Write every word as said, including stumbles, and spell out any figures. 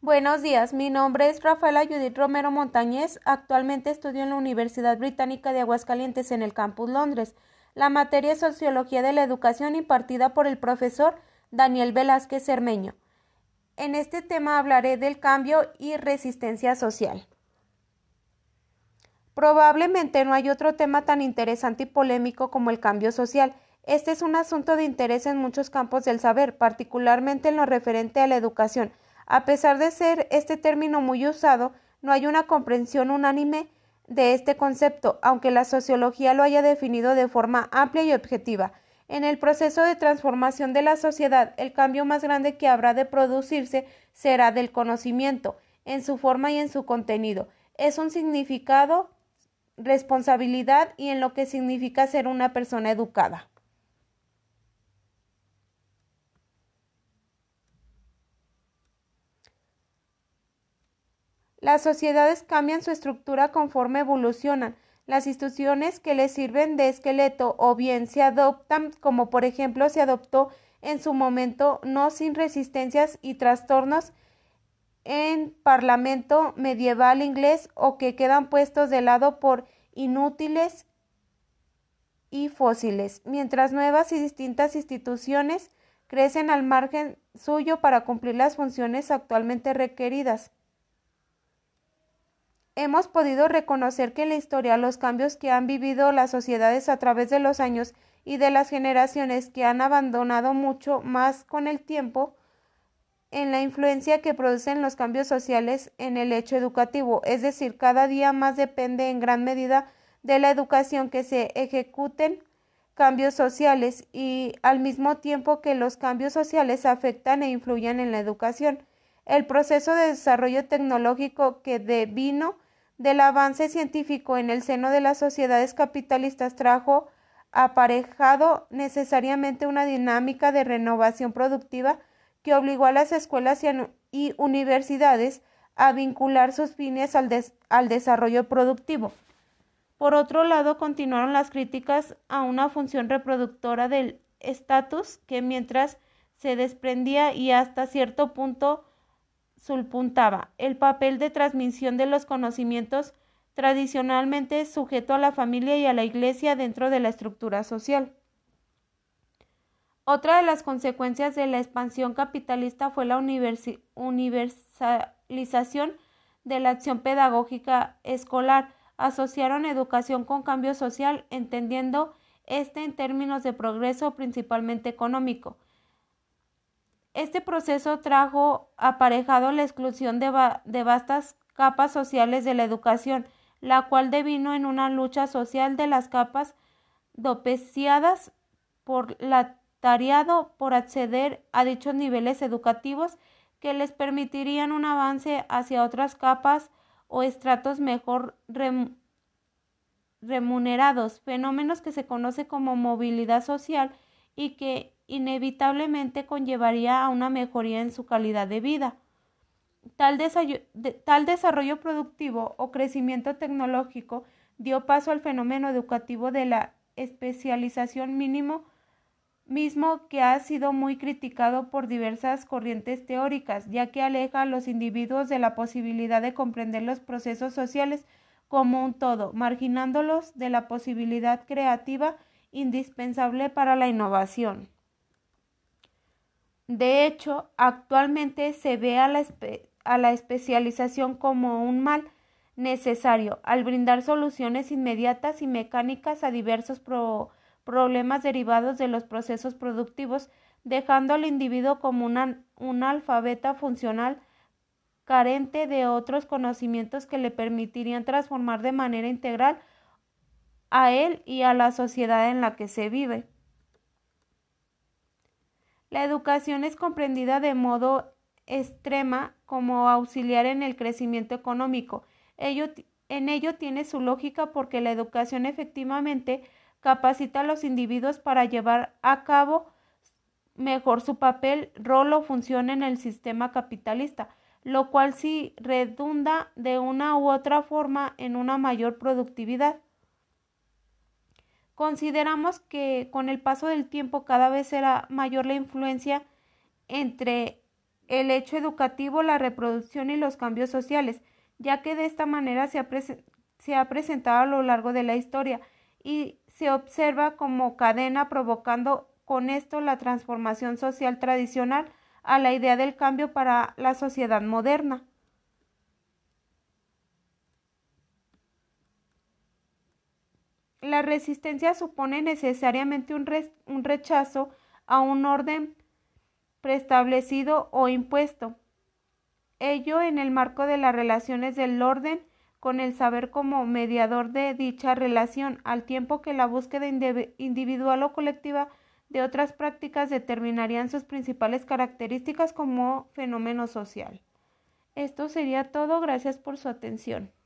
Buenos días, mi nombre es Rafaela Judith Romero Montañez. Actualmente estudio en la Universidad Británica de Aguascalientes en el Campus Londres. La materia es Sociología de la Educación impartida por el profesor Daniel Velázquez Cermeño. En este tema hablaré del cambio y resistencia social. Probablemente no hay otro tema tan interesante y polémico como el cambio social. Este es un asunto de interés en muchos campos del saber, particularmente en lo referente a la educación. A pesar de ser este término muy usado, no hay una comprensión unánime de este concepto, aunque la sociología lo haya definido de forma amplia y objetiva. En el proceso de transformación de la sociedad, el cambio más grande que habrá de producirse será del conocimiento, en su forma y en su contenido. Es un significado, responsabilidad y en lo que significa ser una persona educada. Las sociedades cambian su estructura conforme evolucionan. Las instituciones que les sirven de esqueleto o bien se adoptan, como por ejemplo se adoptó en su momento, no sin resistencias y trastornos en parlamento medieval inglés, o que quedan puestos de lado por inútiles y fósiles, mientras nuevas y distintas instituciones crecen al margen suyo para cumplir las funciones actualmente requeridas. Hemos podido reconocer que en la historia los cambios que han vivido las sociedades a través de los años y de las generaciones que han abandonado mucho más con el tiempo en la influencia que producen los cambios sociales en el hecho educativo, es decir, cada día más depende en gran medida de la educación que se ejecuten cambios sociales, y al mismo tiempo que los cambios sociales afectan e influyen en la educación. El proceso de desarrollo tecnológico que devino del avance científico en el seno de las sociedades capitalistas trajo aparejado necesariamente una dinámica de renovación productiva que obligó a las escuelas y universidades a vincular sus fines al, des al desarrollo productivo. Por otro lado, continuaron las críticas a una función reproductora del estatus que mientras se desprendía y hasta cierto punto supluntaba el papel de transmisión de los conocimientos tradicionalmente sujeto a la familia y a la Iglesia dentro de la estructura social. Otra de las consecuencias de la expansión capitalista fue la universalización de la acción pedagógica escolar. Asociaron educación con cambio social, entendiendo este en términos de progreso principalmente económico. Este proceso trajo aparejado la exclusión de, va de vastas capas sociales de la educación, la cual devino en una lucha social de las capas dopeciadas por la tariado por acceder a dichos niveles educativos que les permitirían un avance hacia otras capas o estratos mejor remunerados, fenómenos que se conoce como movilidad social y que inevitablemente conllevaría a una mejoría en su calidad de vida. Tal, de, tal desarrollo productivo o crecimiento tecnológico dio paso al fenómeno educativo de la especialización mínimo, mismo que ha sido muy criticado por diversas corrientes teóricas, ya que aleja a los individuos de la posibilidad de comprender los procesos sociales como un todo, marginándolos de la posibilidad creativa indispensable para la innovación. De hecho, actualmente se ve a la, espe a la especialización como un mal necesario, al brindar soluciones inmediatas y mecánicas a diversos pro problemas derivados de los procesos productivos, dejando al individuo como una, un alfabeta funcional carente de otros conocimientos que le permitirían transformar de manera integral a él y a la sociedad en la que se vive. La educación es comprendida de modo extrema como auxiliar en el crecimiento económico. Ello, en ello tiene su lógica, porque la educación efectivamente capacita a los individuos para llevar a cabo mejor su papel, rol o función en el sistema capitalista, lo cual sí redunda de una u otra forma en una mayor productividad. Consideramos que con el paso del tiempo cada vez será mayor la influencia entre el hecho educativo, la reproducción y los cambios sociales, ya que de esta manera se ha, se ha presentado a lo largo de la historia y se observa como cadena, provocando con esto la transformación social tradicional a la idea del cambio para la sociedad moderna. La resistencia supone necesariamente un, re un rechazo a un orden preestablecido o impuesto, ello en el marco de las relaciones del orden con el saber como mediador de dicha relación, al tiempo que la búsqueda individual o colectiva de otras prácticas determinarían sus principales características como fenómeno social. Esto sería todo. Gracias por su atención.